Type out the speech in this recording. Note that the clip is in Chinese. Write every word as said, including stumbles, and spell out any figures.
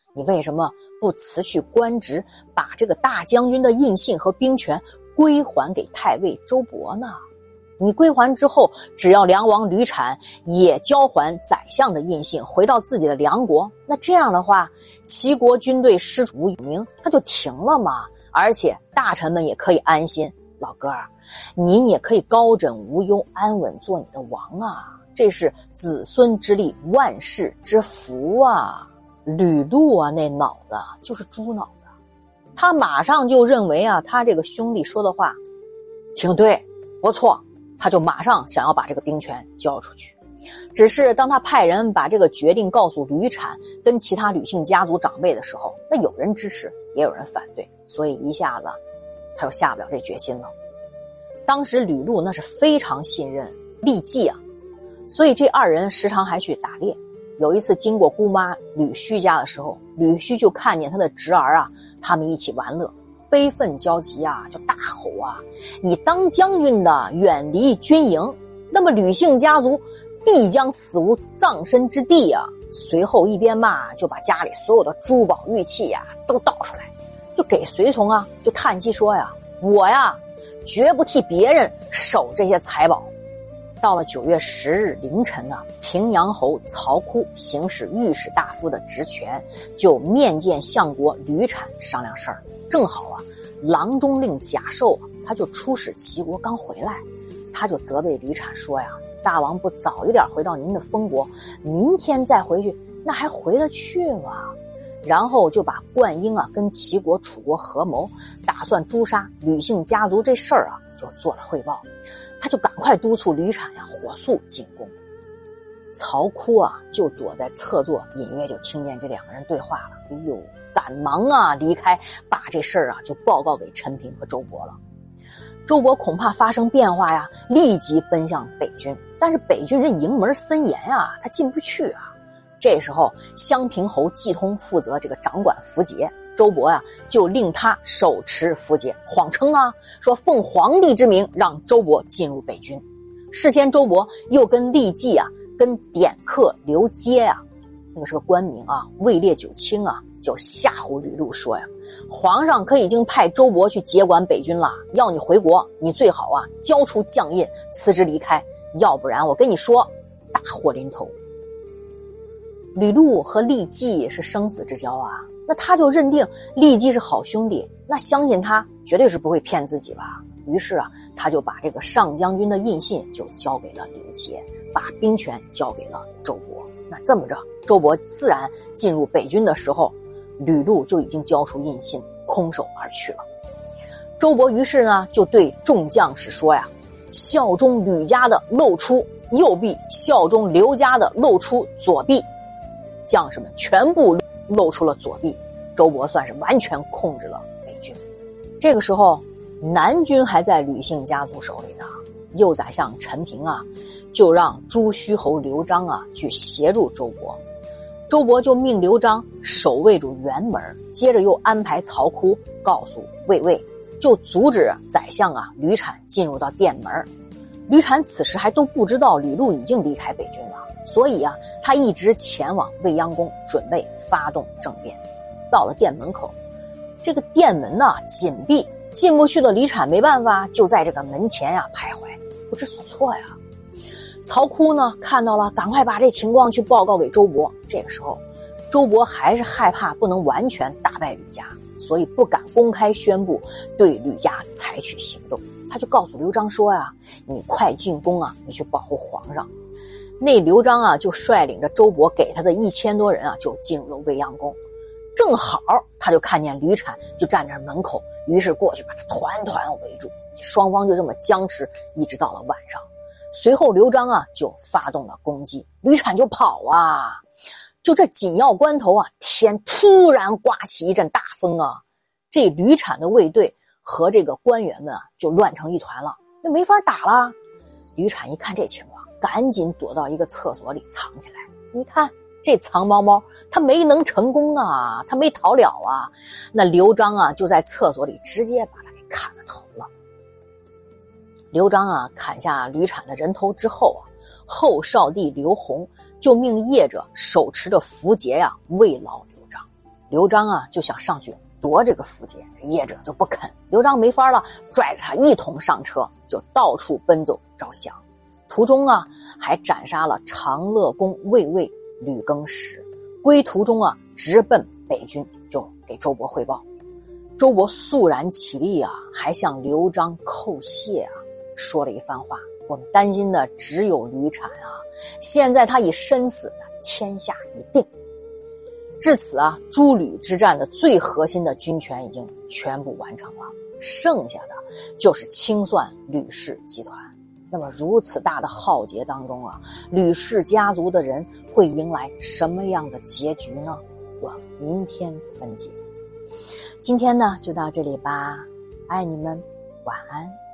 你为什么不辞去官职，把这个大将军的印信和兵权归还给太尉周勃呢？你归还之后，只要梁王吕产也交还宰相的印信，回到自己的梁国，那这样的话，齐国军队失主无名，他就停了嘛。而且大臣们也可以安心，老哥儿，您也可以高枕无忧，安稳做你的王啊！这是子孙之力，万世之福啊！吕禄啊，那脑子就是猪脑子，他马上就认为啊，他这个兄弟说的话挺对，不错。他就马上想要把这个兵权交出去。只是当他派人把这个决定告诉吕产跟其他吕姓家族长辈的时候，那有人支持也有人反对，所以一下子他又下不了这决心了。当时吕禄那是非常信任郦季啊，所以这二人时常还去打猎。有一次经过姑妈吕须家的时候，吕须就看见他的侄儿啊，他们一起玩乐，悲愤交集啊，就大吼啊，你当将军的远离军营，那么吕姓家族必将死无葬身之地啊。随后一边骂，就把家里所有的珠宝玉器啊都倒出来，就给随从啊就叹息说呀，我呀绝不替别人守这些财宝。到了九月十日凌晨呢，平阳侯曹窟行使御史大夫的职权，就面见相国吕产商量事儿。正好啊，郎中令贾寿啊，他就出使齐国刚回来，他就责备吕产说呀，大王不早一点回到您的封国，明天再回去，那还回得去吗？然后就把灌婴啊跟齐国、楚国合谋，打算诛杀吕姓家族这事儿啊，就做了汇报。他就赶快督促吕产呀、啊、火速进攻。曹窟啊就躲在侧座，隐约就听见这两个人对话了。哎呦，赶忙啊离开，把这事儿啊就报告给陈平和周勃了。周勃恐怕发生变化呀，立即奔向北军，但是北军人营门森严啊，他进不去啊。这时候襄平侯季通负责这个掌管符节，周勃啊就令他手持符节，谎称啊说奉皇帝之名让周勃进入北军。事先周勃又跟郦季啊跟典客刘阶啊，那个是个官名啊，位列九卿啊，就吓唬吕禄说呀，皇上可已经派周勃去接管北军了，要你回国，你最好啊交出将印，辞职离开，要不然我跟你说大祸临头。吕禄和郦季是生死之交啊，那他就认定郦季是好兄弟，那相信他绝对是不会骗自己吧。于是啊，他就把这个上将军的印信就交给了刘杰，把兵权交给了周勃。那这么着，周勃自然进入北军的时候，吕禄就已经交出印信，空手而去了。周勃于是呢就对众将士说呀，效忠吕家的露出右臂，效忠刘家的露出左臂。将士们全部露出了左臂，周勃算是完全控制了北军。这个时候南军还在吕姓家族手里呢，右宰相陈平啊就让朱虚侯刘璋啊去协助周勃。周勃就命刘璋守卫住辕门，接着又安排曹窟告诉卫尉，就阻止宰相啊吕产进入到殿门。吕产此时还都不知道吕禄已经离开北军了，所以啊他一直前往未央宫，准备发动政变。到了殿门口，这个殿门呢紧闭，进不去的吕产没办法，就在这个门前呀、啊、徘徊，不知所措呀。曹窟呢看到了，赶快把这情况去报告给周勃。这个时候周勃还是害怕不能完全打败吕家，所以不敢公开宣布对吕家采取行动。他就告诉刘璋说呀，你快进宫啊，你去保护皇上。那刘璋啊就率领着周勃给他的一千多人啊就进入了未央宫。正好他就看见吕产就站在门口，于是过去把他团团围住，双方就这么僵持一直到了晚上。随后刘璋啊就发动了攻击，吕产就跑啊。就这紧要关头啊，天突然刮起一阵大风啊，这吕产的卫队和这个官员们啊就乱成一团了，就没法打了。吕产一看这情况，赶紧躲到一个厕所里藏起来。你看这藏猫猫他没能成功啊，他没逃了啊。那刘璋啊就在厕所里直接把他给砍了头了。刘璋啊砍下吕产的人头之后啊，后少帝刘弘就命业者手持着符节呀、啊、慰劳刘璋。 刘璋啊就想上去夺这个符节，叶者就不肯。刘璋没法了，拽着他一同上车，就到处奔走招降。途中啊，还斩杀了长乐宫卫尉吕更实。归途中啊，直奔北军，就给周勃汇报。周勃肃然起立啊，还向刘璋叩谢啊，说了一番话：我们担心的只有吕产啊，现在他已身死，天下已定。至此啊，诸吕之战的最核心的军权已经全部完成了，剩下的就是清算吕氏集团。那么如此大的浩劫当中啊，吕氏家族的人会迎来什么样的结局呢？我明天分解。今天呢就到这里吧，爱你们，晚安。